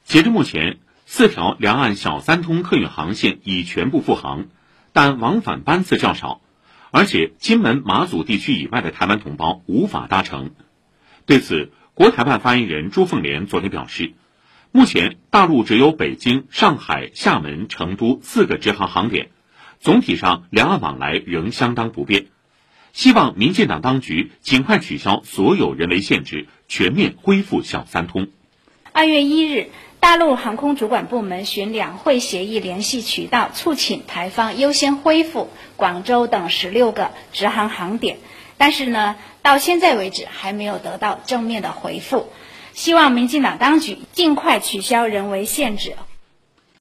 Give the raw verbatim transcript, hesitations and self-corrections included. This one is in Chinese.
截至目前，四条两岸小三通客运航线已全部复航，但往返班次较少，而且金门、马祖地区以外的台湾同胞无法搭乘。对此，国台办发言人朱凤莲昨天表示，目前大陆只有北京、上海、厦门、成都四个直航航点，总体上两岸往来仍相当不便。希望民进党当局尽快取消所有人为限制，全面恢复小三通。 二月一日，大陆航空主管部门循两会协议联系渠道，促请台方优先恢复广州等十六个直航航点，但是呢，到现在为止还没有得到正面的回复。希望民进党当局尽快取消人为限制，